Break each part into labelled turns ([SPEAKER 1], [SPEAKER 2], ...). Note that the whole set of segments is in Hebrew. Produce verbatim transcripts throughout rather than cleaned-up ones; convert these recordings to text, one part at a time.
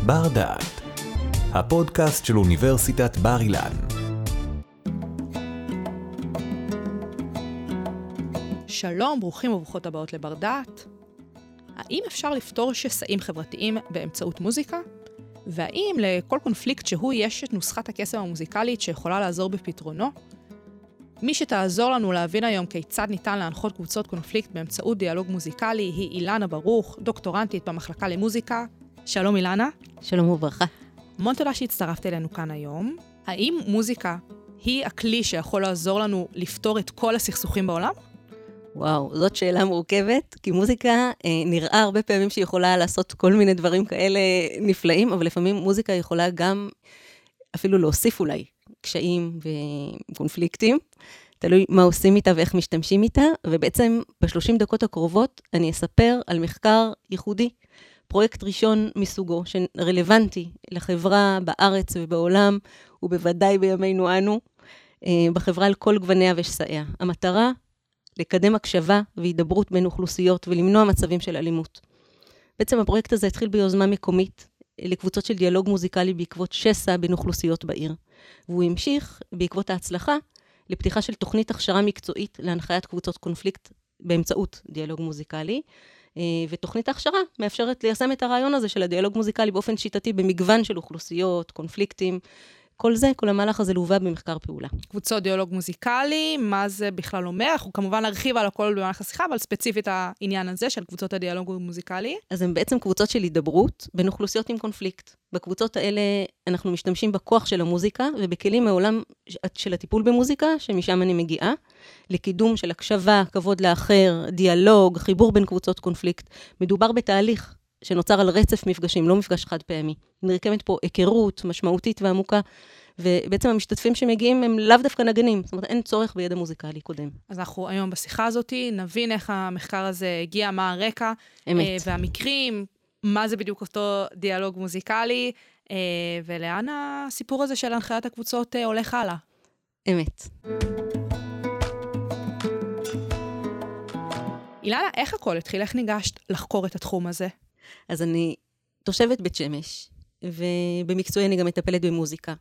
[SPEAKER 1] בר דעת, הפודקאסט של אוניברסיטת בר אילן.
[SPEAKER 2] שלום, ברוכים וברוכות הבאות לבר דעת. האם אפשר לפתור שסעים חברתיים באמצעות מוזיקה? והאם לכל קונפליקט שהוא יש את נוסחת הקסם המוזיקלית שיכולה לעזור בפתרונו? מי שתעזור לנו להבין היום כיצד ניתן להנחות קבוצות קונפליקט באמצעות דיאלוג מוזיקלי היא אילנה ברוך, דוקטורנטית במחלקה למוזיקה. שלום אילנה.
[SPEAKER 3] שלום וברכה.
[SPEAKER 2] המון תודה שהצטרפת אלינו כאן היום. האם מוזיקה היא הכלי שיכול לעזור לנו לפתור את כל הסכסוכים בעולם?
[SPEAKER 3] וואו, זאת שאלה מורכבת, כי מוזיקה אה, נראה הרבה פעמים שהיא יכולה לעשות כל מיני דברים כאלה נפלאים, אבל לפעמים מוזיקה יכולה גם אפילו להוסיף אולי קשיים וקונפליקטים, תלוי מה עושים איתה ואיך משתמשים איתה, ובעצם בשלושים דקות הקרובות אני אספר על מחקר ייחודי, פרויקט ראשון מסוגו, שרלוונטי לחברה בארץ ובעולם, ובוודאי בימינו אנו, אה, בחברה על כל גווניה ושסעיה. המטרה לקדם הקשבה והידברות בין אוכלוסיות ולמנוע מצבים של אלימות. בעצם הפרויקט הזה התחיל ביוזמה מקומית לקבוצות של דיאלוג מוזיקלי בעקבות שסע בין אוכלוסיות בעיר. והוא המשיך בעקבות ההצלחה לפתיחה של תוכנית הכשרה מקצועית להנחיית קבוצות קונפליקט באמצעות דיאלוג מוזיקלי. ותוכנית ההכשרה מאפשרת ליישם את הרעיון הזה של הדיאלוג מוזיקלי באופן שיטתי במגוון של אוכלוסיות, קונפליקטים. כל זה, כל המהלך הזה לווה במחקר פעולה.
[SPEAKER 2] קבוצות דיאלוג מוזיקלי, מה זה בכלל אומר? אנחנו כמובן נרחיב על הכל במהלך השיחה, אבל ספציפית העניין הזה של קבוצות הדיאלוג המוזיקלי.
[SPEAKER 3] אז הן בעצם קבוצות של הידברות בין אוכלוסיות עם קונפליקט. בקבוצות האלה אנחנו משתמשים בכוח של המוזיקה, ובכלים מעולם של הטיפול במוזיקה, שמשם אני מגיעה, לקידום של הקשבה, כבוד לאחר, דיאלוג, חיבור בין קבוצות קונפליקט. מדובר בתהליך שנוצר על רצף מפגשים, לא מפגש חד פעמי. נרקמת פה היכרות משמעותית ועמוקה, ובעצם המשתתפים שמגיעים הם לאו דווקא נגנים, זאת אומרת, אין צורך בידע מוזיקלי קודם.
[SPEAKER 2] אז אנחנו היום בשיחה הזאת נבין איך המחקר הזה הגיע, מה הרקע,
[SPEAKER 3] אמת.
[SPEAKER 2] והמקרים, מה זה בדיוק אותו דיאלוג מוזיקלי, ולאן הסיפור הזה של הנחיית הקבוצות הולך הלאה.
[SPEAKER 3] אמת.
[SPEAKER 2] אילנה, איך הכל התחיל? איך ניגשת לחקור את התחום הזה?
[SPEAKER 3] אז אני תושבת בית שמש, ובמקצועי אני גם מטפלת במוזיקה.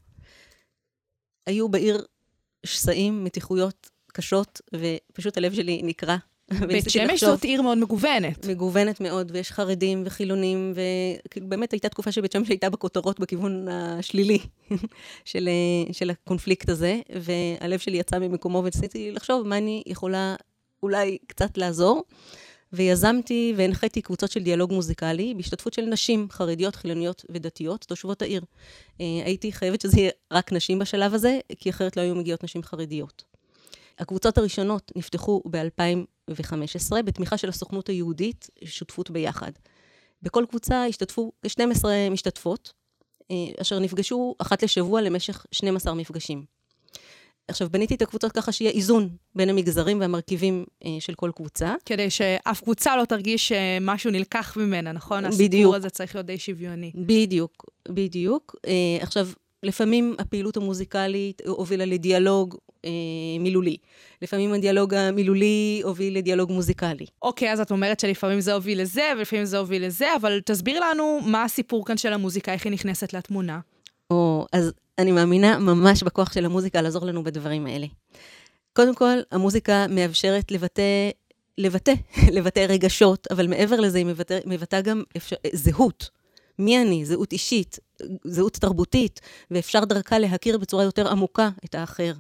[SPEAKER 3] היו בעיר שסעים, מתיחויות קשות, ופשוט הלב שלי נקרע.
[SPEAKER 2] בית שמש זאת עיר מאוד מגוונת.
[SPEAKER 3] מגוונת מאוד, ויש חרדים וחילונים, וכאילו באמת הייתה תקופה שבית שמש הייתה בכותרות בכיוון השלילי של, של הקונפליקט הזה, והלב שלי יצא ממקומו, וניסיתי לחשוב מה אני יכולה אולי קצת לעזור. ויזמתי והנחיתי קבוצות של דיאלוג מוזיקלי, בהשתתפות של נשים חרדיות, חילוניות ודתיות, תושבות העיר. הייתי חייבת שזה יהיה רק נשים בשלב הזה, כי אחרת לא היו מגיעות נשים חרדיות. הקבוצות הראשונות נפתחו ב-אלפיים וחמש עשרה, בתמיכה של הסוכנות היהודית, שותפות ביחד. בכל קבוצה השתתפו שתים עשרה משתתפות, אשר נפגשו אחת לשבוע למשך שנים עשר מפגשים. עכשיו, בניתי את הקבוצות ככה שיהיה איזון בין המגזרים והמרכיבים אה, של כל קבוצה.
[SPEAKER 2] כדי שאף קבוצה לא תרגיש שמשהו נלקח ממנה, נכון?
[SPEAKER 3] בדיוק.
[SPEAKER 2] הסיפור הזה צריך להיות די שוויוני.
[SPEAKER 3] בדיוק, בדיוק. אה, עכשיו, לפעמים הפעילות המוזיקלית הובילה לדיאלוג אה, מילולי. לפעמים הדיאלוג המילולי הוביל לדיאלוג מוזיקלי.
[SPEAKER 2] אוקיי, אז את אומרת שלפעמים זה הוביל לזה, ולפעמים זה הוביל לזה, אבל תסביר לנו מה הסיפור כאן של המוזיקה, איך היא נכנסת לתמונה.
[SPEAKER 3] או, אז אני מאמינה ממש בכוח של המוזיקה לעזור לנו בדברים האלה. קודם כל, המוזיקה מאפשרת לבטא, לבטא, לבטא רגשות, אבל מעבר לזה היא מבטא, מבטא גם אפשר, זהות. מי אני? זהות אישית, זהות תרבותית, ואפשר דרכה להכיר בצורה יותר עמוקה את האחר.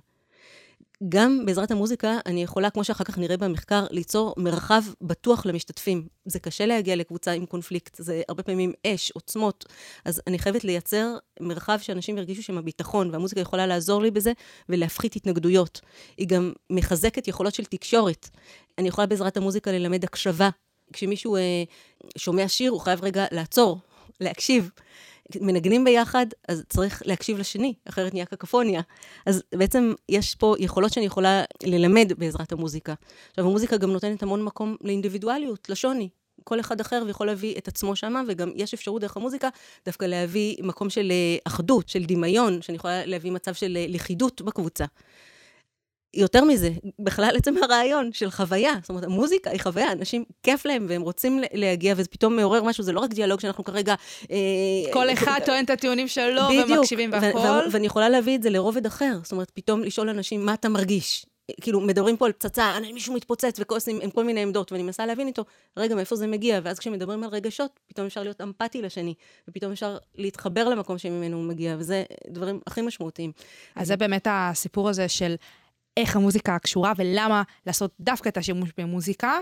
[SPEAKER 3] גם בעזרת המוזיקה אני יכולה, כמו שאחר כך נראה במחקר, ליצור מרחב בטוח למשתתפים. זה קשה להגיע לקבוצה עם קונפליקט, זה הרבה פעמים אש, עוצמות, אז אני חייבת לייצר מרחב שאנשים ירגישו שהם הביטחון, והמוזיקה יכולה לעזור לי בזה ולהפחית התנגדויות. היא גם מחזקת יכולות של תקשורת. אני יכולה בעזרת המוזיקה ללמד הקשבה. כשמישהו אה, שומע שיר, הוא חייב רגע לעצור, להקשיב. מנגנים ביחד, אז צריך להקשיב לשני, אחרת נהיה קקופוניה. אז בעצם יש פה יכולות שאני יכולה ללמד בעזרת המוזיקה. עכשיו, המוזיקה גם נותנת המון מקום לאינדיבידואליות, לשוני. כל אחד אחר ויכול להביא את עצמו שמה, וגם יש אפשרות דרך המוזיקה דווקא להביא מקום של אחדות, של דמיון, שאני יכולה להביא מצב של לכידות בקבוצה. יותר מזה, בכלל עצם הרעיון של חוויה, זאת אומרת, המוזיקה היא חוויה, אנשים כיף להם והם רוצים להגיע, וזה פתאום מעורר משהו, זה לא רק דיאלוג שאנחנו כרגע...
[SPEAKER 2] כל אחד טוען את הטיעונים שלו ומקשיבים והכל.
[SPEAKER 3] ואני יכולה להביא את זה לרובד אחר, זאת אומרת, פתאום לשאול אנשים מה אתה מרגיש. כאילו, מדברים פה על פצצה, מישהו מתפוצץ וכועסים עם כל מיני עמדות, ואני מנסה להבין איתו, רגע, מאיפה זה מגיע? ואז כשמדברים על רגשות, פתאום אפשר להיות אמפתי לשני, ופתאום אפשר להתחבר למקום שממנו הוא מגיע, וזה דברים הכי משמעותיים.
[SPEAKER 2] אז זה באמת הסיפור הזה של איך המוזיקה קשורה, ולמה לעשות דווקא את השימוש במוזיקה.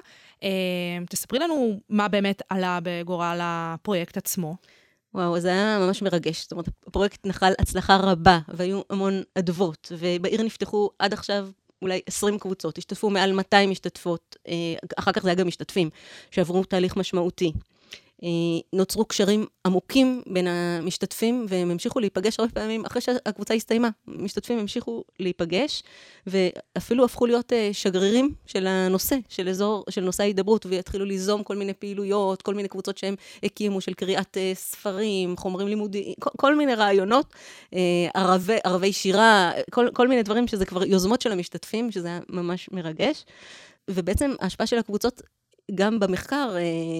[SPEAKER 2] תספרי לנו מה באמת עלה בגורל הפרויקט עצמו.
[SPEAKER 3] וואו, זה היה ממש מרגש. זאת אומרת, הפרויקט נחל הצלחה רבה, והיו המון אדוות, ובעיר נפתחו עד עכשיו אולי עשרים קבוצות, השתתפו מעל מאתיים משתתפות, אחר כך זה היה גם משתתפים, שעברו תהליך משמעותי. נוצרו קשרים עמוקים בין המשתתפים, והם המשיכו להיפגש הרבה פעמים, אחרי שהקבוצה הסתיימה, משתתפים המשיכו להיפגש, ואפילו הפכו להיות שגרירים של הנושא, של אזור, של נושא ההידברות, ויתחילו ליזום כל מיני פעילויות, כל מיני קבוצות שהם הקימו, של קריאת ספרים, חומרים לימודיים, כל, כל מיני רעיונות, ערבי, ערבי שירה, כל, כל מיני דברים שזה כבר יוזמות של המשתתפים, שזה היה ממש מרגש, ובעצם ההשפעה של הקבוצות, גם במחקר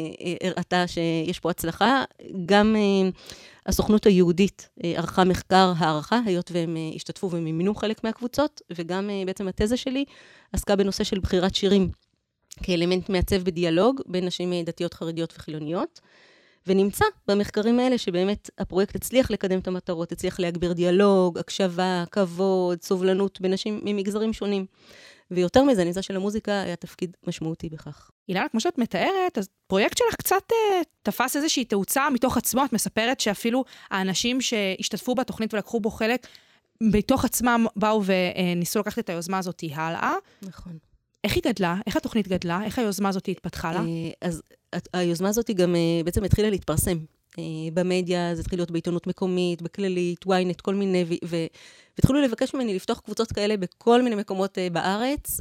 [SPEAKER 3] הראתה שיש פה הצלחה, גם הסוכנות היהודית ערכה מחקר הערכה, היות והם השתתפו ומימנו חלק מהקבוצות, וגם בעצם התזה שלי עסקה בנושא של בחירת שירים, כאלמנט מעצב בדיאלוג בין נשים דתיות, חרדיות וחילוניות, ונמצא במחקרים האלה שבאמת הפרויקט הצליח לקדם את המטרות, הצליח להגביר דיאלוג, הקשבה, כבוד, סובלנות בין נשים ממגזרים שונים. ויותר מזה, נמצא של המוזיקה היה תפקיד משמעותי בכך.
[SPEAKER 2] אילנה, כמו שאת מתארת, אז פרויקט שלך קצת אה, תפס איזושהי תאוצה מתוך עצמו, את מספרת שאפילו האנשים שהשתתפו בתוכנית ולקחו בו חלק, בתוך עצמם באו וניסו לקחת את היוזמה הזאת הלאה.
[SPEAKER 3] נכון.
[SPEAKER 2] איך היא גדלה? איך התוכנית גדלה? איך היוזמה הזאת התפתחה לה?
[SPEAKER 3] אז היוזמה הזאת גם בעצם התחילה להתפרסם. במדיה, זה התחיל להיות בעיתונות מקומית, בכללית, ynet, כל מיני, והתחילו לבקש ממני לפתוח קבוצות כאלה בכל מיני מקומות בארץ,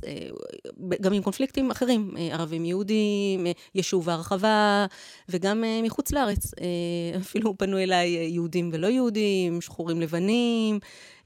[SPEAKER 3] גם עם קונפליקטים אחרים, ערבים יהודים, יישוב והרחבה, וגם מחוץ לארץ. אפילו פנו אליי יהודים ולא יהודים, שחורים לבנים.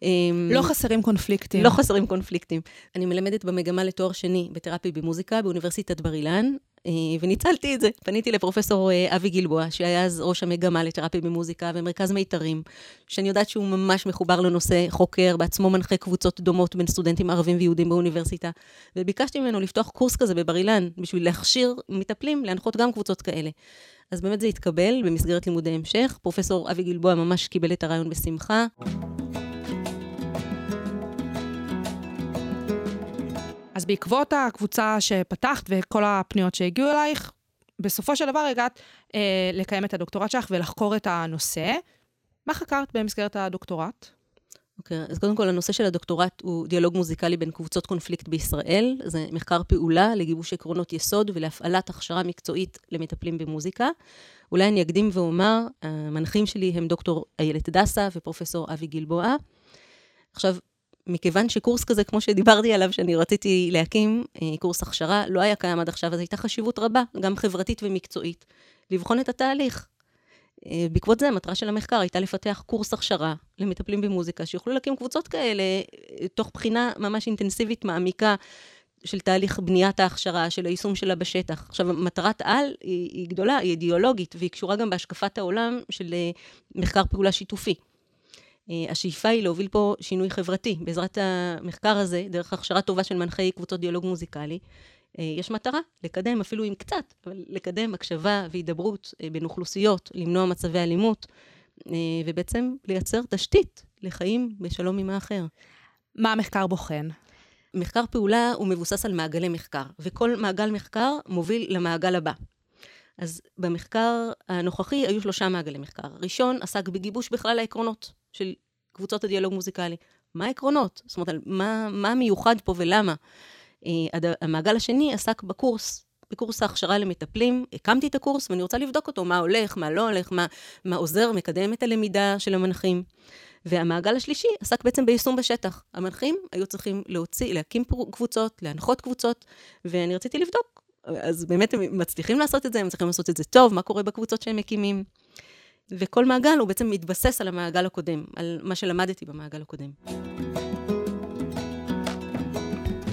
[SPEAKER 2] לא חסרים קונפליקטים.
[SPEAKER 3] לא חסרים קונפליקטים. אני מלמדת במגמה לתואר שני בתרפיה במוזיקה באוניברסיטת בר אילן, וניצלתי את זה. פניתי לפרופסור אבי גלבוע, שהיה אז ראש המגמה לתרפיה במוזיקה ומרכז מיתרים, שאני יודעת שהוא ממש מחובר לנושא חוקר, בעצמו מנחה קבוצות דומות בין סטודנטים ערבים ויהודים באוניברסיטה, וביקשתי ממנו לפתוח קורס כזה בבר אילן, בשביל להכשיר מטפלים, להנחות גם קבוצות כאלה. אז באמת זה התקבל במסגרת לימודי המשך. פרופסור אבי גלבוע ממש קיבל את הרעיון בשמחה.
[SPEAKER 2] אז בעקבות הקבוצה שפתחת וכל הפניות שהגיעו אלייך, בסופו של דבר הגעת אה, לקיים את הדוקטורט שלך ולחקור את הנושא. מה חקרת במסגרת הדוקטורט?
[SPEAKER 3] אוקיי, אז קודם כל, הנושא של הדוקטורט הוא דיאלוג מוזיקלי בין קבוצות קונפליקט בישראל. זה מחקר פעולה לגיבוש עקרונות יסוד ולהפעלת הכשרה מקצועית למטפלים במוזיקה. אולי אני אקדים ואומר, המנחים שלי הם דוקטור איילת דסה ופרופסור אבי גלבוע. עכשיו, מכיוון שקורס כזה, כמו שדיברתי עליו, שאני רציתי להקים, קורס הכשרה, לא היה קיים עד עכשיו, אז הייתה חשיבות רבה, גם חברתית ומקצועית, לבחון את התהליך. בעקבות זה, המטרה של המחקר הייתה לפתח קורס הכשרה למטפלים במוזיקה, שיוכלו להקים קבוצות כאלה, תוך בחינה ממש אינטנסיבית, מעמיקה, של תהליך בניית ההכשרה, של היישום שלה בשטח. עכשיו, מטרת על היא, היא גדולה, היא אידיאולוגית, והיא קשורה גם בהשקפת העולם של מחקר פעולה שיתופי. השאיפה היא להוביל פה שינוי חברתי. בעזרת המחקר הזה, דרך הכשרה טובה של מנחי קבוצות דיאלוג מוזיקלי, יש מטרה לקדם, אפילו עם קצת, אבל לקדם הקשבה והידברות בין אוכלוסיות, למנוע מצבי אלימות, ובעצם לייצר תשתית לחיים בשלום עם האחר.
[SPEAKER 2] מה המחקר בוחן?
[SPEAKER 3] מחקר פעולה הוא מבוסס על מעגלי מחקר, וכל מעגל מחקר מוביל למעגל הבא. אז במחקר הנוכחי היו שלושה מעגלי מחקר. ראשון עסק בגיבוש בכלל העקרונות של קבוצות הדיאלוג מוזיקלי. מה העקרונות? זאת אומרת, מה, מה מיוחד פה ולמה? המעגל השני עסק בקורס, בקורס ההכשרה למטפלים. הקמתי את הקורס ואני רוצה לבדוק אותו, מה הולך, מה לא הולך, מה, מה עוזר, מקדם את הלמידה של המנחים. והמעגל השלישי עסק בעצם ביישום בשטח. המנחים היו צריכים להוציא, להקים קבוצות, להנחות קבוצות, ואני רציתי לבדוק. אז באמת הם מצליחים לעשות את זה, הם צריכים לעשות את זה טוב, מה קורה בקבוצות שהם מקימים. וכל מעגל הוא בעצם מתבסס על המעגל הקודם, על מה שלמדתי במעגל הקודם.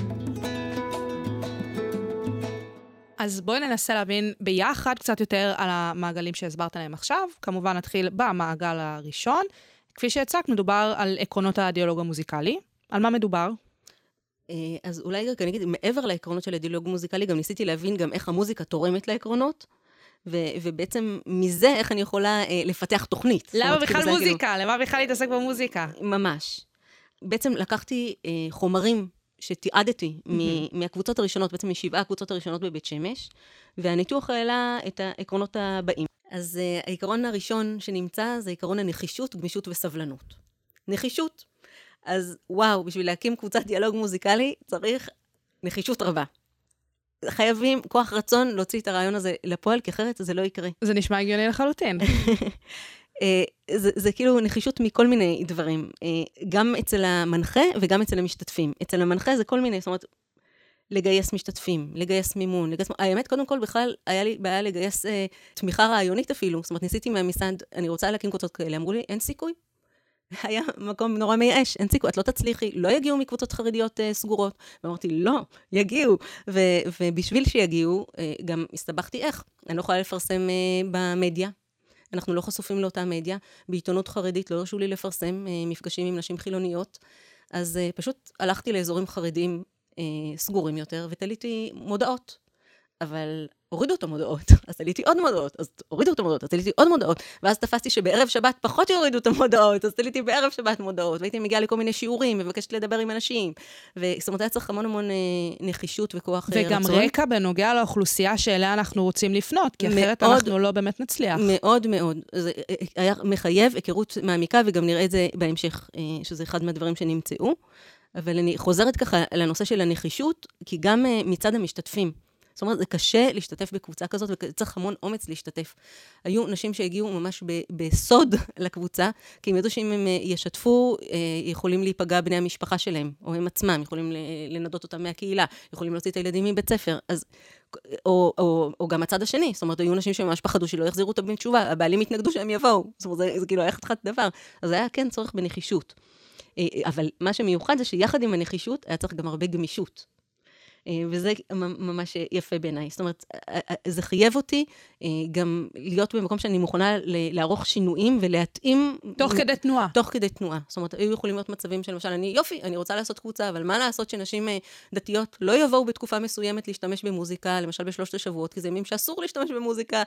[SPEAKER 2] אז בואי ננסה להבין ביחד קצת יותר על המעגלים שהסברת להם עכשיו. כמובן נתחיל במעגל הראשון. כפי שהצגת, מדובר על עקרונות הדיאלוג המוזיקלי. על מה מדובר?
[SPEAKER 3] אז אולי רק אני אגיד, מעבר לעקרונות של הדיאלוג המוזיקלי, גם ניסיתי להבין גם איך המוזיקה תורמת לעקרונות, ו- ובעצם מזה איך אני יכולה אה, לפתח תוכנית.
[SPEAKER 2] למה בכלל מוזיקה? כאילו... למה בכלל להתעסק במוזיקה?
[SPEAKER 3] ממש. בעצם לקחתי אה, חומרים שתיעדתי mm-hmm. מ- מהקבוצות הראשונות, בעצם משבעה הקבוצות הראשונות בבית שמש, והניתוח העלה את העקרונות הבאים. אז אה, העיקרון הראשון שנמצא זה עיקרון הנחישות, גמישות וסבלנות. נחישות. אז וואו, בשביל להקים קבוצת דיאלוג מוזיקלי צריך נחישות רבה. חייבים כוח רצון להוציא את הרעיון הזה לפועל, כי אחרת זה לא יקרה.
[SPEAKER 2] זה נשמע הגיוני לחלוטין.
[SPEAKER 3] זה, זה כאילו נחישות מכל מיני דברים, גם אצל המנחה וגם אצל המשתתפים. אצל המנחה זה כל מיני, זאת אומרת, לגייס משתתפים, לגייס מימון, לגייס... האמת, קודם כל, בכלל, היה לי בעיה לגייס אה, תמיכה רעיונית אפילו. זאת אומרת, ניסיתי מהמשרד, אני רוצה להקים קבוצות כאלה, אמרו לי, אין סיכוי. היה מקום נורא מייאש, אין סיכוי, את לא תצליחי, לא יגיעו מקבוצות חרדיות uh, סגורות. ואמרתי, לא, יגיעו. ו- ובשביל שיגיעו, uh, גם הסתבכתי איך. אני לא יכולה לפרסם uh, במדיה, אנחנו לא חשופים לאותה מדיה, בעיתונות חרדית לא הרשו לי לפרסם uh, מפגשים עם נשים חילוניות, אז uh, פשוט הלכתי לאזורים חרדיים uh, סגורים יותר, ותליתי מודעות. אבל הורידו את המודעות, אז תליתי עוד מודעות, אז הורידו את המודעות, אז תליתי עוד מודעות, ואז תפסתי שבערב שבת פחות יורידו את המודעות, אז תליתי בערב שבת מודעות, והייתי מגיעה לכל מיני שיעורים, ומבקשת לדבר עם אנשים, וזאת אומרת, היה צריך המון המון נחישות וכוח רצון.
[SPEAKER 2] וגם רקע בנוגע לאוכלוסייה שאליה אנחנו רוצים לפנות, כי אחרת
[SPEAKER 3] מאוד,
[SPEAKER 2] אנחנו לא באמת נצליח.
[SPEAKER 3] מאוד מאוד. זה היה מחייב היכרות מעמיקה, וגם נראה את זה בהמשך, שזה אחד מהדברים שנמצאו, אבל אני חוזרת ככה לנושא של הנחישות, כי גם מצד המשתתפים, זאת אומרת, זה קשה להשתתף בקבוצה כזאת, וצריך המון אומץ להשתתף. היו נשים שהגיעו ממש ב- בסוד לקבוצה, כי הם ידעו שאם הם ישתפו, יכולים להיפגע בני המשפחה שלהם, או הם עצמם, יכולים לנדות אותם מהקהילה, יכולים להוציא את הילדים מבית ספר, אז, או, או, או גם הצד השני, זאת אומרת, היו נשים שממש פחדו שלא יחזירו אותם בתשובה, הבעלים התנגדו שהם יבואו, זאת אומרת, זה, זה כאילו היה חתיכת דבר. אז היה כן צורך בנחישות. אבל מה שמיוחד זה שיחד עם הנחישות, היה צריך גם הרבה גמישות. וזה ממש יפה בעיניי. זאת אומרת, זה חייב אותי גם להיות במקום שאני מוכנה לערוך שינויים ולהתאים...
[SPEAKER 2] תוך כדי תנועה.
[SPEAKER 3] תוך כדי תנועה. זאת אומרת, היו יכולים להיות מצבים שלמשל, אני יופי, אני רוצה לעשות קבוצה, אבל מה לעשות שנשים דתיות לא יבואו בתקופה מסוימת להשתמש במוזיקה, למשל בשלושת השבועות, כי זה ימים שאסור להשתמש במוזיקה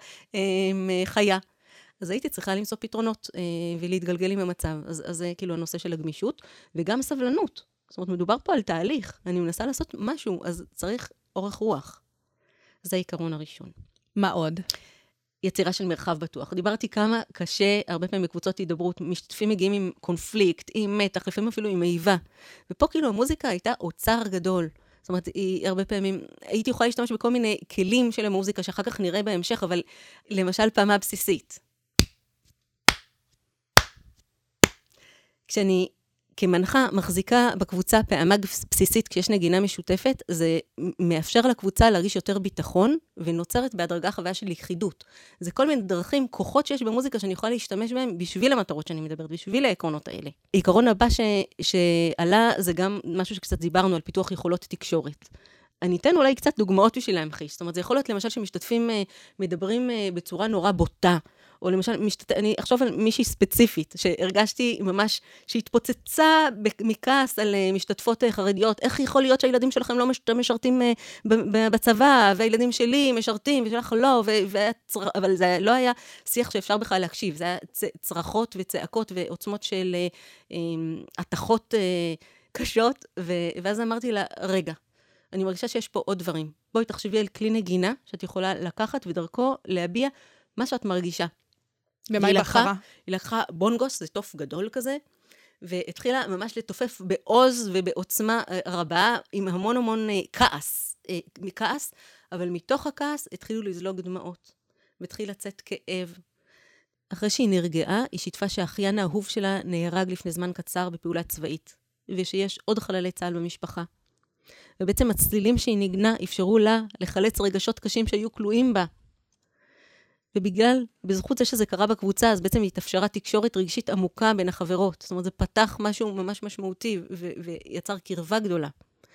[SPEAKER 3] חיה. אז הייתי צריכה למצוא פתרונות ולהתגלגל עם המצב. אז זה כאילו הנושא של הגמישות, וגם סבלנות. זאת אומרת, מדובר פה על תהליך. אני מנסה לעשות משהו, אז צריך אורך רוח. זה העיקרון הראשון.
[SPEAKER 2] מה עוד?
[SPEAKER 3] יצירה של מרחב בטוח. דיברתי כמה קשה, הרבה פעמים בקבוצות הידברות, משתתפים מגיעים עם קונפליקט, עם מתח, לפעמים אפילו עם איבה. ופה כאילו המוזיקה הייתה אוצר גדול. זאת אומרת, היא הרבה פעמים, הייתי יכולה להשתמש בכל מיני כלים של המוזיקה, שאחר כך נראה בהמשך, אבל למשל פעמה בסיסית. כשאני כמנחה מחזיקה בקבוצה פעמה בסיסית כשיש נגינה משותפת, זה מאפשר לקבוצה להרגיש יותר ביטחון, ונוצרת בהדרגה חוויה של יחידות. זה כל מיני דרכים, כוחות שיש במוזיקה שאני יכולה להשתמש בהם בשביל המטרות שאני מדברת, בשביל העקרונות האלה. העיקרון הבא ש... שעלה זה גם משהו שקצת דיברנו על פיתוח יכולות תקשורת. אני אתן אולי קצת דוגמאות בשביל להמחיש. זאת אומרת, זה יכול להיות למשל שמשתתפים מדברים בצורה נורא בוטה, או למשל, משתת... אני אחשוב על מישהי ספציפית, שהרגשתי ממש שהתפוצצה מכעס על משתתפות חרדיות, איך יכול להיות שהילדים שלכם לא משרתים בצבא, והילדים שלי משרתים, ושלך לא, ו... והצר... אבל זה לא היה שיח שאפשר בכלל להקשיב, זה היה צרחות וצעקות ועוצמות של התחות קשות, ו... ואז אמרתי לה, רגע, אני מרגישה שיש פה עוד דברים. בואי תחשבי על כלי נגינה שאת יכולה לקחת ודרכו להביע מה שאת מרגישה.
[SPEAKER 2] ומה היא בחרה?
[SPEAKER 3] היא לקחה בונגוס, זה תוף גדול כזה, והתחילה ממש לתופף בעוז ובעוצמה רבה, עם המון המון כעס, מכעס, אבל מתוך הכעס התחילו לזלוג דמעות, והתחיל לצאת כאב. אחרי שהיא נרגעה, היא שיתפה שהאחיין האהוב שלה נהרג לפני זמן קצר בפעולה צבאית, ושיש עוד חללי צה"ל במשפחה. ובעצם הצלילים שהיא נגנה אפשרו לה לחלץ רגשות קשים שהיו כלואים בה. ובגלל, בזכות זה שזה קרה בקבוצה, אז בעצם התאפשרה תקשורת רגשית עמוקה בין החברות. זאת אומרת, זה פתח משהו ממש משמעותי ו- ויצר קרבה גדולה.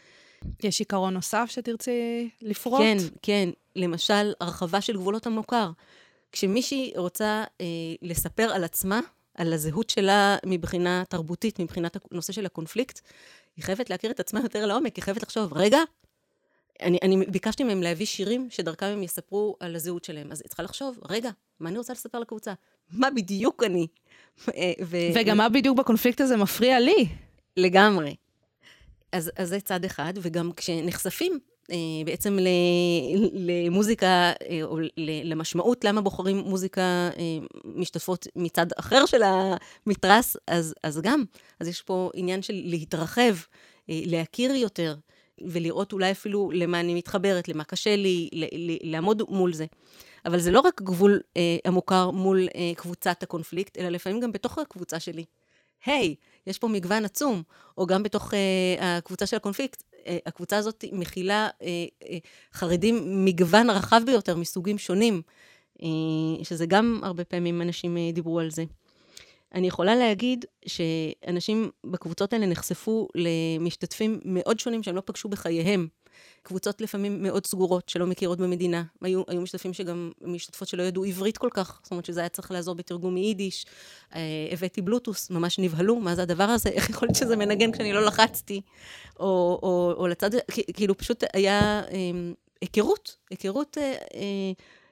[SPEAKER 2] יש עיקרון נוסף שתרצי לפרוט?
[SPEAKER 3] כן, כן. למשל, הרחבה של גבולות המוכר. כשמישהי רוצה אה, לספר על עצמה, על הזהות שלה מבחינה תרבותית, מבחינת הנושא של הקונפליקט, היא חייבת להכיר את עצמה יותר לעומק, היא חייבת לחשוב, רגע, אני, אני ביקשתי מהם להביא שירים שדרכם הם יספרו על הזהות שלהם, אז היא צריכה לחשוב, רגע, מה אני רוצה לספר לקבוצה? מה בדיוק אני?
[SPEAKER 2] ו... וגם מה בדיוק בקונפליקט הזה מפריע לי?
[SPEAKER 3] לגמרי. אז, אז זה צד אחד, וגם כשנחשפים אה, בעצם ל, למוזיקה, אה, או למשמעות, למה בוחרים מוזיקה אה, משתתפות מצד אחר של המתרס, אז, אז גם, אז יש פה עניין של להתרחב, אה, להכיר יותר, ולראות אולי אפילו למה אני מתחברת, למה קשה לי, ל- ל- לעמוד מול זה. אבל זה לא רק גבול אה, המוכר מול אה, קבוצת הקונפליקט, אלא לפעמים גם בתוך הקבוצה שלי. היי, יש פה מגוון עצום, או גם בתוך אה, הקבוצה של הקונפליקט, אה, הקבוצה הזאת מכילה אה, אה, חרדים מגוון רחב ביותר, מסוגים שונים, אה, שזה גם הרבה פעמים אנשים אה, דיברו על זה. אני יכולה להגיד שאנשים בקבוצות האלה נחשפו למשתתפים מאוד שונים שהם לא פגשו בחייהם. קבוצות לפעמים מאוד סגורות שלא מכירות במדינה. היו, היו משתתפים שגם משתתפות שלא ידעו עברית כל כך, זאת אומרת שזה היה צריך לעזור בתרגום מיידיש. אה, הבאתי בלוטוס, ממש נבהלו, מה זה הדבר הזה? איך יכול להיות שזה מנגן כשאני לא לחצתי? או, או, או לצד, כאילו פשוט היה אה, היכרות, היכרות, אה, אה,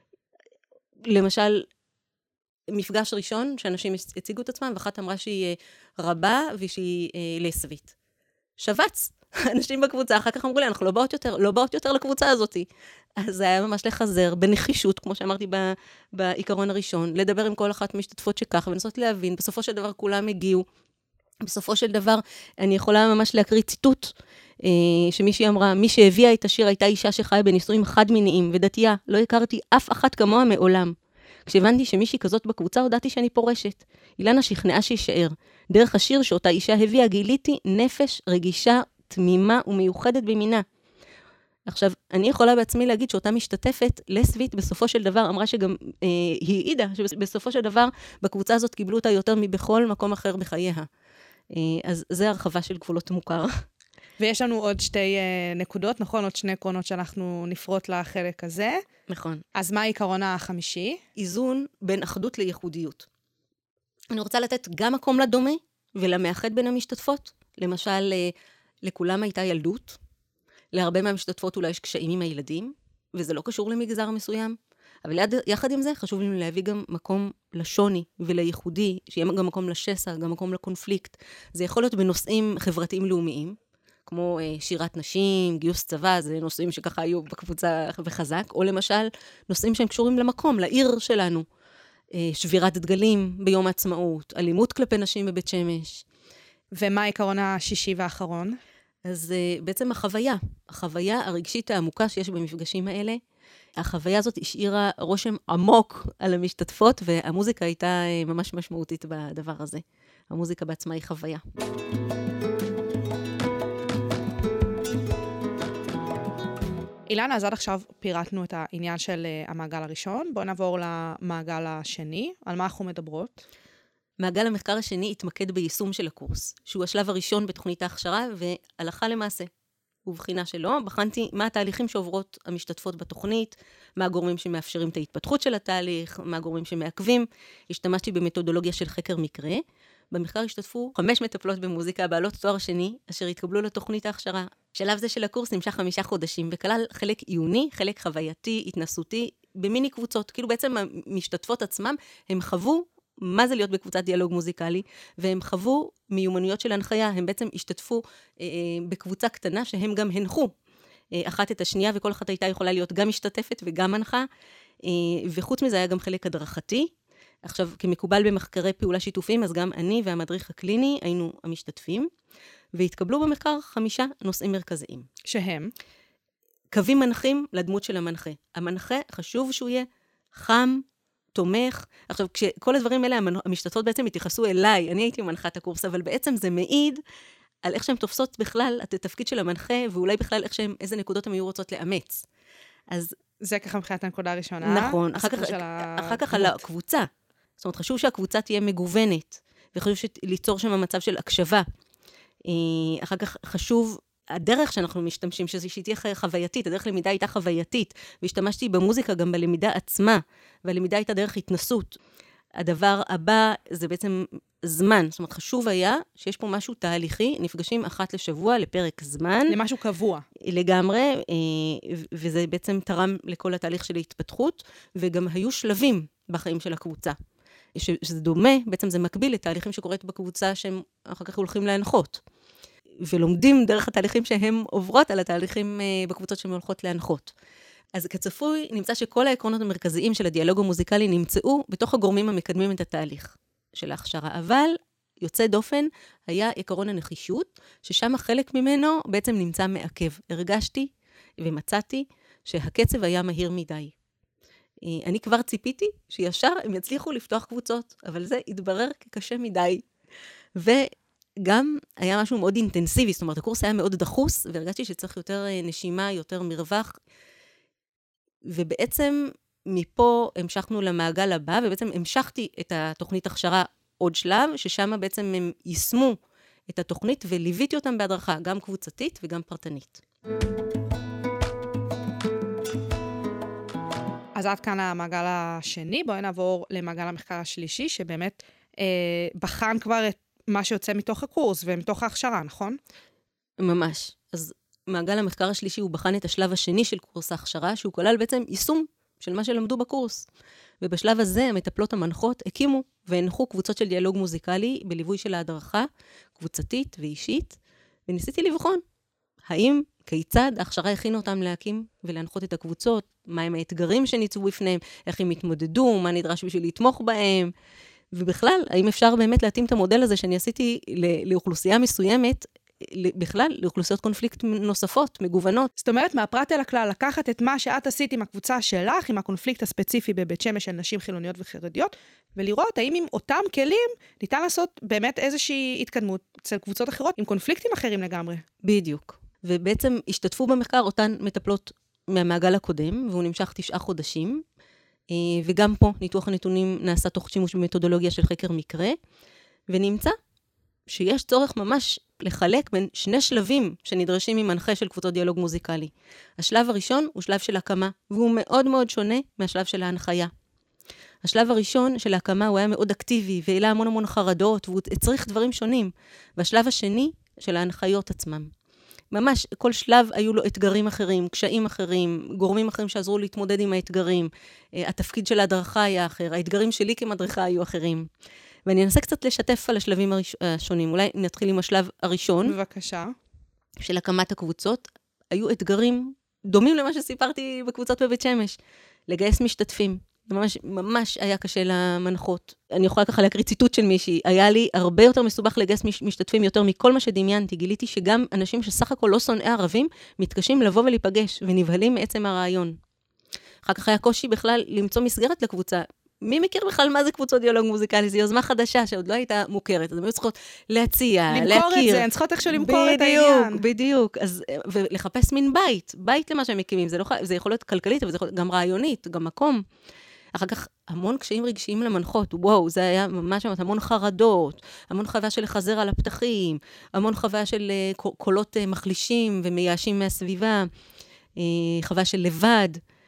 [SPEAKER 3] למשל, מפגש ראשון שאנשים הציגו את עצמם, ואחת אמרה שהיא רבה ושהיא אה, לסבית. שבץ. אנשים בקבוצה, אחר כך אמרו לי, אנחנו לא באות יותר, לא באות יותר לקבוצה הזאת. אז זה היה ממש לחזר, בנחישות, כמו שאמרתי ב, בעיקרון הראשון, לדבר עם כל אחת משתתפות שכך, ולנסות להבין, בסופו של דבר כולם הגיעו. בסופו של דבר, אני יכולה ממש להקריא ציטוט, אה, שמישהי אמרה, מי שהביאה את השיר הייתה אישה שחיה בנישואים חד-מיניים ודתייה, לא הכרתי אף אחת כמוה מעולם. כשהבנתי שמישהי כזאת בקבוצה, הודעתי שאני פורשת. אילנה שכנעה שישאר. דרך השיר שאותה אישה הביאה, גיליתי נפש רגישה, תמימה ומיוחדת במינה. עכשיו, אני יכולה בעצמי להגיד שאותה משתתפת, לסבית, בסופו של דבר, אמרה שגם אה, היא העידה, שבסופו של דבר, בקבוצה הזאת קיבלו אותה יותר מבכל מקום אחר בחייה. אה, אז זה הרחבה של גבולות מוכר.
[SPEAKER 2] ויש לנו עוד שתי uh, נקודות, נכון? עוד שני עקרונות שאנחנו נפרוט לחלק הזה.
[SPEAKER 3] נכון.
[SPEAKER 2] אז מה העיקרון החמישי?
[SPEAKER 3] איזון בין אחדות לייחודיות. אני רוצה לתת גם מקום לדומה ולמאחד בין המשתתפות. למשל, לכולם הייתה ילדות. להרבה מהמשתתפות אולי יש קשיים עם הילדים, וזה לא קשור למגזר מסוים. אבל יד, יחד עם זה חשוב לנו להביא גם מקום לשוני ולייחודי, שיהיה גם מקום לשסע, גם מקום לקונפליקט. זה יכול להיות בנושאים חברתיים לאומיים, כמו אה, שירת נשים, גיוס צבא, זה נושאים שככה היו בקבוצה וחזק, או למשל נושאים שהם קשורים למקום, לעיר שלנו, אה, שבירת דגלים ביום העצמאות, אלימות כלפי נשים בבית שמש.
[SPEAKER 2] ומה העיקרון השישי והאחרון?
[SPEAKER 3] אז אה, בעצם החוויה, החוויה הרגשית העמוקה שיש במפגשים האלה, החוויה הזאת השאירה רושם עמוק על המשתתפות, והמוזיקה הייתה אה, ממש משמעותית בדבר הזה. המוזיקה בעצמה היא חוויה.
[SPEAKER 2] אילנה, אז עד עכשיו פירטנו את העניין של המעגל הראשון. בואו נעבור למעגל השני. על מה אנחנו מדברות?
[SPEAKER 3] מעגל המחקר השני התמקד ביישום של הקורס, שהוא השלב הראשון בתוכנית ההכשרה, והלכה למעשה. ובחינה שלו, בחנתי מה התהליכים שעוברות המשתתפות בתוכנית, מה הגורמים שמאפשרים את ההתפתחות של התהליך, מה הגורמים שמעכבים. השתמשתי במתודולוגיה של חקר מקרה. במחקר השתתפו חמש מטפלות במוזיקה בעלות תואר שני, אשר התקבלו לתוכנית ההכשרה. שלב זה של הקורס נמשך חמישה חודשים, וכלל חלק עיוני, חלק חווייתי, התנסותי, במיני קבוצות. כאילו בעצם המשתתפות עצמם, הם חוו מה זה להיות בקבוצת דיאלוג מוזיקלי, והם חוו מיומנויות של הנחיה, הם בעצם השתתפו אה, בקבוצה קטנה, שהם גם הנחו אה, אחת את השנייה, וכל אחת הייתה יכולה להיות גם משתתפת וגם הנחה, אה, וחוץ מזה היה גם חלק הדרכתי. עכשיו, כמקובל במחקרי פעולה שיתופיים, אז גם אני והמדריך הקליני היינו המשתתפים, והתקבלו במחקר חמישה נושאים מרכזיים.
[SPEAKER 2] שהם?
[SPEAKER 3] קווים מנחים לדמות של המנחה. המנחה חשוב שהוא יהיה חם, תומך. עכשיו, כשכל הדברים האלה, המשתתפות בעצם התייחסו אליי, אני הייתי מנחת הקורס, אבל בעצם זה מעיד על איך שהן תופסות בכלל את התפקיד של המנחה, ואולי בכלל איך שהן, איזה נקודות הן היו רוצות לאמץ. אז
[SPEAKER 2] זה ככה מבחינת הנקודה הראשונה.
[SPEAKER 3] נכון. אחר כך, אחר כך על הקבוצה. זאת אומרת, חשוב שהקבוצה תהיה מגוונת, וחשוב ליצור שם מצב של הקשבה. אחר כך חשוב הדרך שאנחנו משתמשים, שהיא תהיה חווייתית, הדרך למידה הייתה חווייתית, והשתמשתי במוזיקה גם בלמידה עצמה, והלמידה הייתה דרך התנסות. הדבר הבא זה בעצם זמן, זאת אומרת, חשוב היה שיש פה משהו תהליכי, נפגשים אחת לשבוע לפרק זמן.
[SPEAKER 2] למשהו קבוע.
[SPEAKER 3] לגמרי, וזה בעצם תרם לכל התהליך של ההתפתחות, וגם היו שלבים בחיים של הקבוצה. שזה דומה, בעצם זה מקביל לתהליכים שקורית בקבוצה שהם אחר כך הולכים להנחות. ולומדים דרך התהליכים שהם עוברות על התהליכים בקבוצות שהן הולכות להנחות. אז כצפוי, נמצא שכל העקרונות המרכזיים של הדיאלוג המוזיקלי נמצאו בתוך הגורמים המקדמים את התהליך של ההכשרה. אבל יוצא דופן היה עקרון הנחישות, ששם חלק ממנו בעצם נמצא מעכב. הרגשתי ומצאתי שהקצב היה מהיר מדי. אני כבר ציפיתי שישר הם יצליחו לפתוח קבוצות, אבל זה התברר כקשה מדי. וגם היה משהו מאוד אינטנסיבי, זאת אומרת, הקורס היה מאוד דחוס, והרגשתי שצריך יותר נשימה, יותר מרווח. ובעצם מפה המשכנו למעגל הבא, ובעצם המשכתי את התוכנית הכשרה עוד שלב, ששם בעצם הם יישמו את התוכנית, וליוויתי אותם בהדרכה, גם קבוצתית וגם פרטנית.
[SPEAKER 2] אז עד כאן המעגל השני, בואי נעבור למעגל המחקר השלישי, שבאמת אה, בחן כבר את מה שיוצא מתוך הקורס ומתוך ההכשרה, נכון?
[SPEAKER 3] ממש. אז מעגל המחקר השלישי הוא בחן את השלב השני של קורס ההכשרה, שהוא כולל בעצם יישום של מה שלמדו בקורס. ובשלב הזה המטפלות המנחות הקימו והנחו קבוצות של דיאלוג מוזיקלי בליווי של ההדרכה, קבוצתית ואישית, וניסיתי לבחון האם, כיצד ההכשרה הכינה אותם להקים ולהנחות את הקבוצות, מהם האתגרים שניצבו בפניהם, איך הם התמודדו, מה נדרש בשביל לתמוך בהם, ובכלל, האם אפשר באמת להתאים את המודל הזה שאני עשיתי לאוכלוסייה מסוימת, בכלל, לאוכלוסיות קונפליקט נוספות, מגוונות.
[SPEAKER 2] זאת אומרת, מהפרט אל הכלל, לקחת את מה שאת עשית עם הקבוצה שלך, עם הקונפליקט הספציפי בבית שמש של נשים חילוניות וחרדיות, ולראות האם עם אותם כלים ניתן לעשות באמת איזושהי התקדמות אצל קבוצות אחרות, עם קונפליקטים אחרים לגמרי.
[SPEAKER 3] בדיוק. ובעצם השתתפו במחקר אותן מטפלות מהמעגל הקודם, והוא נמשך תשעה חודשים, וגם פה ניתוח הנתונים נעשה תוך שימוש במתודולוגיה של חקר מקרה, ונמצא שיש צורך ממש לחלק בין שני שלבים שנדרשים ממנחה של קבוצות דיאלוג מוזיקלי. השלב הראשון הוא שלב של הקמה, והוא מאוד מאוד שונה מהשלב של ההנחיה. השלב הראשון של ההקמה הוא היה מאוד אקטיבי, והעלה המון המון חרדות, והוא צריך דברים שונים. והשלב השני של ההנחיות עצמם. ממש כל שלב היו לו אתגרים אחרים, קשיים אחרים, גורמים אחרים שעזרו להתמודד עם האתגרים. התפקיד של ההדרכה היה אחר, האתגרים שלי כמדריכה היו אחרים. ואני אנסה קצת לשתף על השלבים השונים. אולי נתחיל עם השלב הראשון.
[SPEAKER 2] בבקשה.
[SPEAKER 3] של הקמת הקבוצות. היו אתגרים דומים למה שסיפרתי בקבוצות בבית שמש. לגייס משתתפים. ממש, ממש היה קשה למנחות. אני יכולה ככה להקריא ציטוט של מישהי. היה לי הרבה יותר מסובך לגייס משתתפים יותר מכל מה שדמיינתי. גיליתי שגם אנשים שסך הכל לא שונאי ערבים, מתקשים לבוא ולהיפגש ונבהלים מעצם הרעיון. אחר כך היה קושי בכלל למצוא מסגרת לקבוצה. מי מכיר בכלל מה זה קבוצות דיאלוג מוזיקלי? זו יוזמה חדשה שעוד לא הייתה מוכרת. אז הם היו צריכות להציע,
[SPEAKER 2] למכור
[SPEAKER 3] להכיר.
[SPEAKER 2] את זה, הן צריכות איכשהו למכור
[SPEAKER 3] בדיוק,
[SPEAKER 2] את העניין.
[SPEAKER 3] בדיוק, בדיוק. אז, ולחפש מין בית, בית למה שהם מקימים. זה, לא, זה יכול להיות כלכלית, אבל זה יכול להיות גם רעיונית, גם מקום. אחר כך המון קשיים רגשיים למנחות. וואו, זה היה ממש המון חרדות, המון חוויה של לחזר על הפתחים, המון חוויה של קולות מחלישים ומייאשים מהסביבה, חוויה של לבד.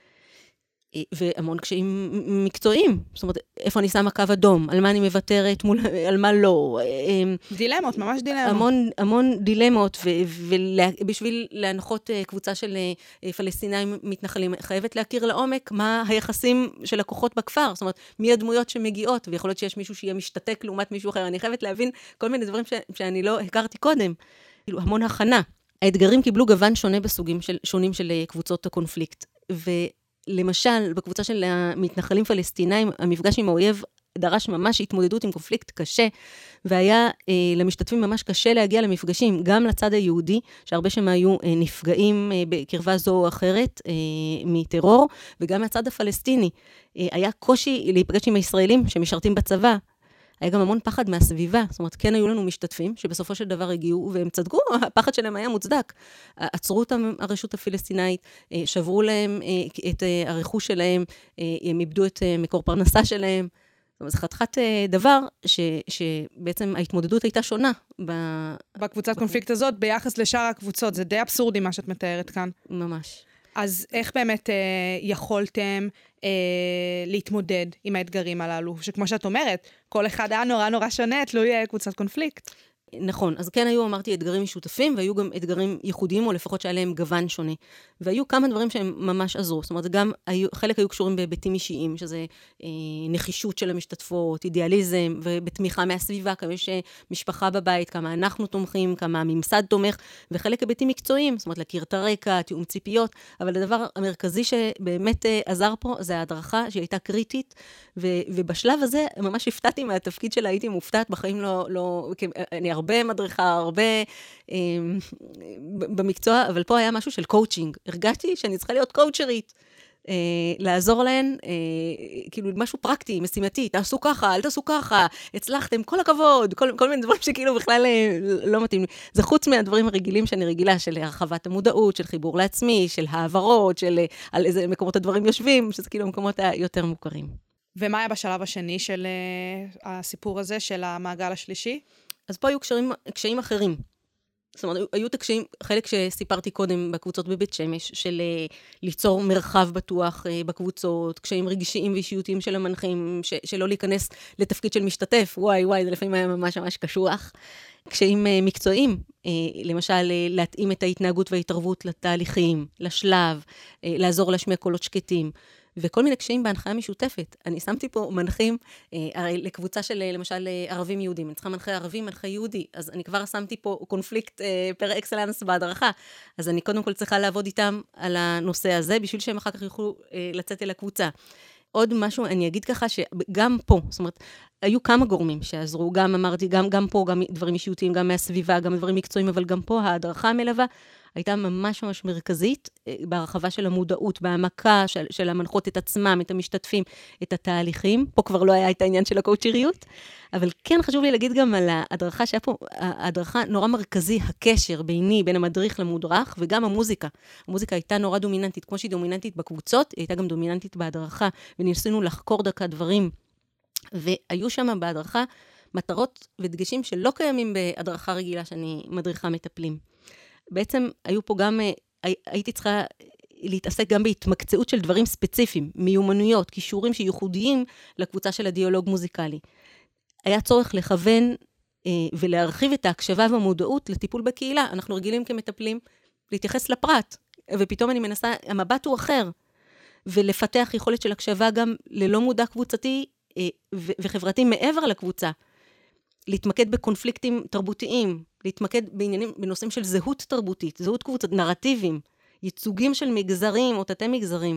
[SPEAKER 3] והמון קשיים מקצועיים. זאת אומרת, איפה אני שמה קו אדום, על מה אני מוותרת, מול, על מה לא.
[SPEAKER 2] דילמות, ממש דילמות.
[SPEAKER 3] המון, המון דילמות, ובשביל להנחות קבוצה של פלסטינאים מתנחלים, חייבת להכיר לעומק מה היחסים של הכוחות בכפר. זאת אומרת, מי הדמויות שמגיעות, ויכול להיות שיש מישהו שיהיה משתתק לעומת מישהו אחר. אני חייבת להבין כל מיני דברים ש, שאני לא הכרתי קודם. כאילו, המון הכנה. האתגרים קיבלו גוון שונה בסוגים של, שונים של קבוצות הקונפליקט. ו למשל, בקבוצה של המתנחלים פלסטינאים, המפגש עם האויב דרש ממש התמודדות עם קונפליקט קשה, והיה אה, למשתתפים ממש קשה להגיע למפגשים, גם לצד היהודי, שהרבה שהם היו אה, נפגעים אה, בקרבה זו או אחרת אה, מטרור, וגם לצד הפלסטיני. אה, היה קושי להיפגש עם הישראלים שמשרתים בצבא, היה גם המון פחד מהסביבה, זאת אומרת, כן היו לנו משתתפים, שבסופו של דבר הגיעו, והם צדקו, הפחד שלהם היה מוצדק. עצרו אותם הרשות הפלסטינאית, שברו להם את הרכוש שלהם, הם איבדו את מקור פרנסה שלהם. זאת זה חתיכת דבר ש, שבעצם ההתמודדות הייתה שונה. ב...
[SPEAKER 2] בקבוצת קונפליקט הזאת, ביחס לשאר הקבוצות, זה די אבסורדי מה שאת מתארת כאן.
[SPEAKER 3] ממש.
[SPEAKER 2] אז איך באמת אה, יכולתם אה, להתמודד עם האתגרים הללו? שכמו שאת אומרת, כל אחד היה נורא נורא שונה, תלוי קבוצת קונפליקט.
[SPEAKER 3] נכון, אז כן היו, אמרתי, אתגרים משותפים, והיו גם אתגרים ייחודיים, או לפחות שהיה להם גוון שונה. והיו כמה דברים שהם ממש עזרו. זאת אומרת, גם היו, חלק היו קשורים בהיבטים אישיים, שזה אה, נחישות של המשתתפות, אידיאליזם, ובתמיכה מהסביבה, כמה יש משפחה בבית, כמה אנחנו תומכים, כמה הממסד תומך, וחלק היבטים מקצועיים, זאת אומרת, להכיר את הרקע, תיאום ציפיות, אבל הדבר המרכזי שבאמת אה, עזר פה, זה ההדרכה שהייתה קריטית, ו, ובשלב הזה ממש הפתעתי מהתפקיד שלה, הייתי מופתעת, בחיים לא, לא, אני הרבה מדריכה, הרבה אה, במקצוע, אבל פה היה משהו של קואוצ'ינג. הרגשתי שאני צריכה להיות קואוצ'רית, אה, לעזור להן, אה, כאילו משהו פרקטי, משימתי, תעשו ככה, אל תעשו ככה, הצלחתם, כל הכבוד, כל, כל מיני דברים שכאילו בכלל אה, לא מתאים לי. זה חוץ מהדברים הרגילים שאני רגילה, של הרחבת המודעות, של חיבור לעצמי, של העברות, של אה, על איזה מקומות הדברים יושבים, שזה כאילו המקומות היותר מוכרים.
[SPEAKER 2] ומה היה בשלב השני של uh, הסיפור הזה, של המעגל השלישי?
[SPEAKER 3] אז פה היו קשיים, קשיים אחרים. זאת אומרת, היו את הקשיים, חלק שסיפרתי קודם בקבוצות בבית שמש, של uh, ליצור מרחב בטוח uh, בקבוצות, קשיים רגשיים ואישיותיים של המנחים, ש- שלא להיכנס לתפקיד של משתתף, וואי וואי, זה לפעמים היה ממש ממש קשוח. קשיים uh, מקצועיים, uh, למשל, uh, להתאים את ההתנהגות וההתערבות לתהליכים, לשלב, uh, לעזור להשמיע קולות שקטים. וכל מיני קשיים בהנחיה משותפת. אני שמתי פה מנחים, הרי לקבוצה של למשל ערבים יהודים, אני צריכה מנחה ערבי, מנחה יהודי, אז אני כבר שמתי פה קונפליקט פר אקסלנס בהדרכה, אז אני קודם כל צריכה לעבוד איתם על הנושא הזה, בשביל שהם אחר כך יוכלו לצאת אל הקבוצה. עוד משהו, אני אגיד ככה שגם פה, זאת אומרת, היו כמה גורמים שעזרו, גם אמרתי, גם, גם פה, גם דברים אישיותיים, גם מהסביבה, גם דברים מקצועיים, אבל גם פה ההדרכה המלווה הייתה ממש ממש מרכזית בהרחבה של המודעות, בהעמקה של, של המנחות את עצמם, את המשתתפים, את התהליכים. פה כבר לא היה את העניין של הקואוצ'ריות, אבל כן חשוב לי להגיד גם על ההדרכה, שהיה פה ההדרכה נורא מרכזי, הקשר ביני, בין המדריך למודרך, וגם המוזיקה. המוזיקה הייתה נורא דומיננטית, כמו שהיא דומיננטית בקבוצות, היא הייתה גם דומיננטית בהדרכה, וניסינו לחקור דקה דברים, והיו שם בהדרכה מטרות ודגשים שלא קיימים בהדרכה רגילה שאני מדריכה מטפלים. בעצם היו פה גם, הייתי צריכה להתעסק גם בהתמקצעות של דברים ספציפיים, מיומנויות, קישורים שייחודיים לקבוצה של הדיאלוג מוזיקלי. היה צורך לכוון אה, ולהרחיב את ההקשבה והמודעות לטיפול בקהילה. אנחנו רגילים כמטפלים להתייחס לפרט, ופתאום אני מנסה, המבט הוא אחר, ולפתח יכולת של הקשבה גם ללא מודע קבוצתי אה, ו- וחברתי מעבר לקבוצה. להתמקד בקונפליקטים תרבותיים, להתמקד בעניינים, בנושאים של זהות תרבותית, זהות קבוצת, נרטיבים, ייצוגים של מגזרים או תתי מגזרים.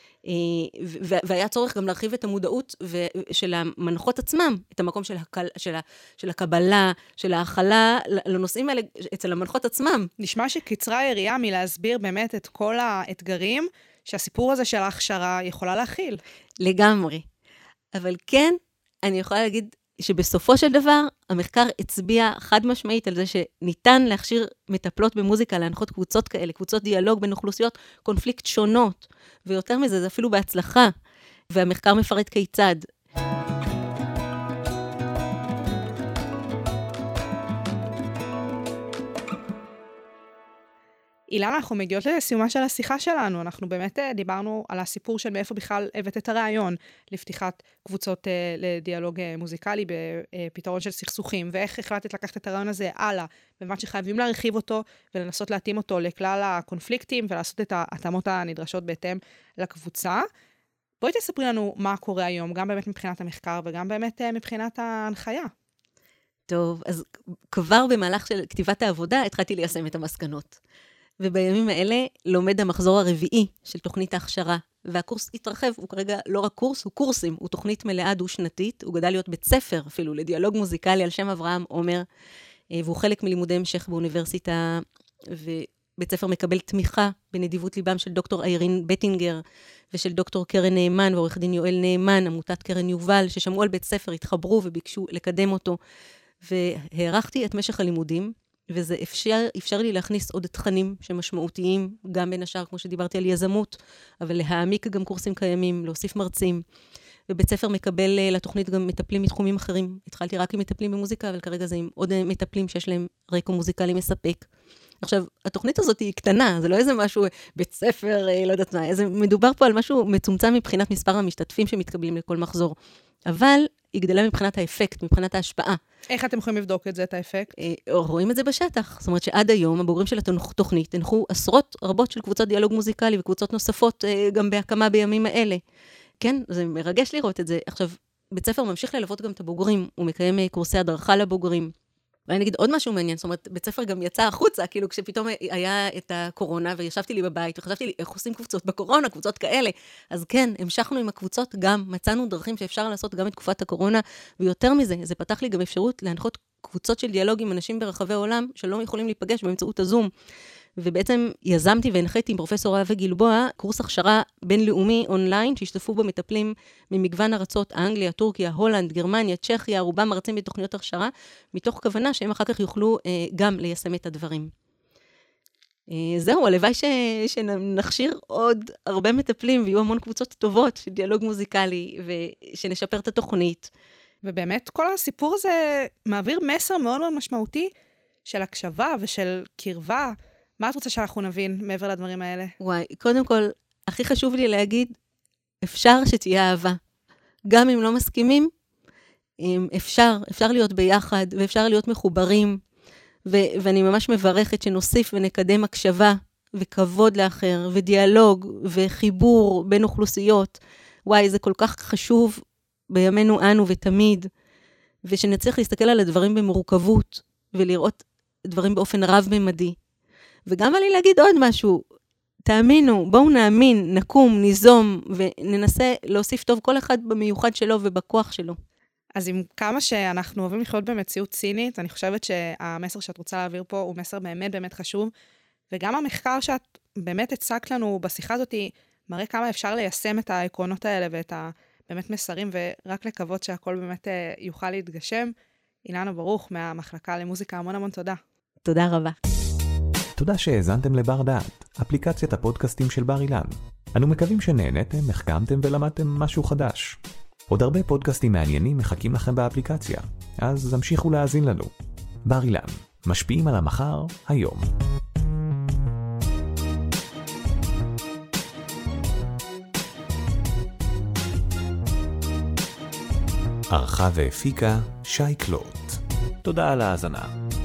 [SPEAKER 3] והיה צורך גם להרחיב את המודעות של המנחות עצמם, את המקום של, הקל, של, ה, של הקבלה, של ההכלה, לנושאים האלה אצל המנחות עצמם.
[SPEAKER 2] נשמע שקצרה היריעה מלהסביר באמת את כל האתגרים שהסיפור הזה של ההכשרה יכולה להכיל.
[SPEAKER 3] לגמרי. אבל כן, אני יכולה להגיד, שבסופו של דבר, המחקר הצביע חד משמעית על זה שניתן להכשיר מטפלות במוזיקה, להנחות קבוצות כאלה, קבוצות דיאלוג בין אוכלוסיות, קונפליקט שונות, ויותר מזה, זה אפילו בהצלחה, והמחקר מפרט כיצד.
[SPEAKER 2] אילנה, אנחנו מגיעות לסיומה של השיחה שלנו. אנחנו באמת דיברנו על הסיפור של מאיפה בכלל הבאת את הרעיון לפתיחת קבוצות לדיאלוג מוזיקלי בפתרון של סכסוכים, ואיך החלטת לקחת את הרעיון הזה הלאה, באמת שחייבים להרחיב אותו ולנסות להתאים אותו לכלל הקונפליקטים ולעשות את ההתאמות הנדרשות בהתאם לקבוצה. בואי תספרי לנו מה קורה היום, גם באמת מבחינת המחקר וגם באמת מבחינת ההנחיה.
[SPEAKER 3] טוב, אז כבר במהלך של כתיבת העבודה התחלתי ליישם את המסקנות. ובימים האלה לומד המחזור הרביעי של תוכנית ההכשרה, והקורס התרחב, הוא כרגע לא רק קורס, הוא קורסים, הוא תוכנית מלאה דו-שנתית, הוא גדל להיות בית ספר אפילו, לדיאלוג מוזיקלי על שם אברהם עומר, והוא חלק מלימודי המשך באוניברסיטה, ובית ספר מקבל תמיכה בנדיבות ליבם של דוקטור איירין בטינגר, ושל דוקטור קרן נאמן, ועורך דין יואל נאמן, עמותת קרן יובל, ששמעו על בית ספר, התחברו וביקשו לקדם אותו, והערכתי את משך הלימודים, וזה אפשר, אפשר לי להכניס עוד תכנים שמשמעותיים, גם בין השאר, כמו שדיברתי על יזמות, אבל להעמיק גם קורסים קיימים, להוסיף מרצים. ובית ספר מקבל לתוכנית גם מטפלים מתחומים אחרים. התחלתי רק עם מטפלים במוזיקה, אבל כרגע זה עם עוד מטפלים שיש להם רקע מוזיקלי מספק. עכשיו, התוכנית הזאת היא קטנה, זה לא איזה משהו, בית ספר, לא יודעת מה, איזה, מדובר פה על משהו מצומצם מבחינת מספר המשתתפים שמתקבלים לכל מחזור. אבל היא גדלה מבחינת האפקט, מבחינת ההשפעה.
[SPEAKER 2] איך אתם יכולים לבדוק את זה, את האפקט?
[SPEAKER 3] רואים את זה בשטח. זאת אומרת שעד היום, הבוגרים של התוכנית, הנחו עשרות רבות של קבוצות דיאלוג מוזיקלי, וקבוצות נוספות גם בהקמה בימים האלה. כן, זה מרגש לראות את זה. עכשיו, בית ספר ממשיך ללוות גם את הבוגרים, הוא מקיים קורסי הדרכה לבוגרים. ואני אגיד עוד משהו מעניין, זאת אומרת, בית ספר גם יצא החוצה, כאילו כשפתאום היה את הקורונה, וישבתי לי בבית, וחשבתי לי, איך עושים קבוצות בקורונה, קבוצות כאלה. אז כן, המשכנו עם הקבוצות גם, מצאנו דרכים שאפשר לעשות גם את תקופת הקורונה, ויותר מזה, זה פתח לי גם אפשרות להנחות קבוצות של דיאלוג עם אנשים ברחבי העולם, שלא יכולים להיפגש באמצעות הזום. ובעצם יזמתי והנחיתי עם פרופסור אהבה גלבוע, קורס הכשרה בינלאומי אונליין, שהשתתפו בו מטפלים ממגוון ארצות, אנגליה, טורקיה, הולנד, גרמניה, צ'כיה, רובם מרצים בתוכניות הכשרה, מתוך כוונה שהם אחר כך יוכלו אה, גם ליישם את הדברים. אה, זהו, הלוואי ש... שנכשיר עוד הרבה מטפלים, ויהיו המון קבוצות טובות של דיאלוג מוזיקלי, ושנשפר את התוכנית.
[SPEAKER 2] ובאמת, כל הסיפור הזה מעביר מסר מאוד מאוד משמעותי, של הקשבה ושל קרבה. מה את רוצה שאנחנו נבין מעבר לדברים האלה?
[SPEAKER 3] וואי, קודם כל, הכי חשוב לי להגיד, אפשר שתהיה אהבה. גם אם לא מסכימים, אפשר, אפשר להיות ביחד, ואפשר להיות מחוברים, ו- ואני ממש מברכת שנוסיף ונקדם הקשבה, וכבוד לאחר, ודיאלוג, וחיבור בין אוכלוסיות. וואי, זה כל כך חשוב בימינו אנו ותמיד, ושנצליח להסתכל על הדברים במורכבות, ולראות דברים באופן רב-ממדי. וגם עלי להגיד עוד משהו, תאמינו, בואו נאמין, נקום, ניזום, וננסה להוסיף טוב כל אחד במיוחד שלו ובכוח שלו.
[SPEAKER 2] אז עם כמה שאנחנו אוהבים לחיות במציאות צינית, אני חושבת שהמסר שאת רוצה להעביר פה הוא מסר באמת באמת חשוב, וגם המחקר שאת באמת הצגת לנו בשיחה הזאת, מראה כמה אפשר ליישם את העקרונות האלה ואת הבאמת מסרים, ורק לקוות שהכל באמת יוכל להתגשם. אילנה ברוך מהמחלקה למוזיקה, המון המון תודה.
[SPEAKER 3] תודה רבה.
[SPEAKER 1] תודה שהאזנתם לבר דעת, אפליקציית הפודקאסטים של בר אילן. אנו מקווים שנהנתם, החכמתם ולמדתם משהו חדש. עוד הרבה פודקאסטים מעניינים מחכים לכם באפליקציה, אז המשיכו להאזין לנו. בר אילן, משפיעים על המחר, היום. ערכה והפיקה שי קלוט. תודה על ההאזנה.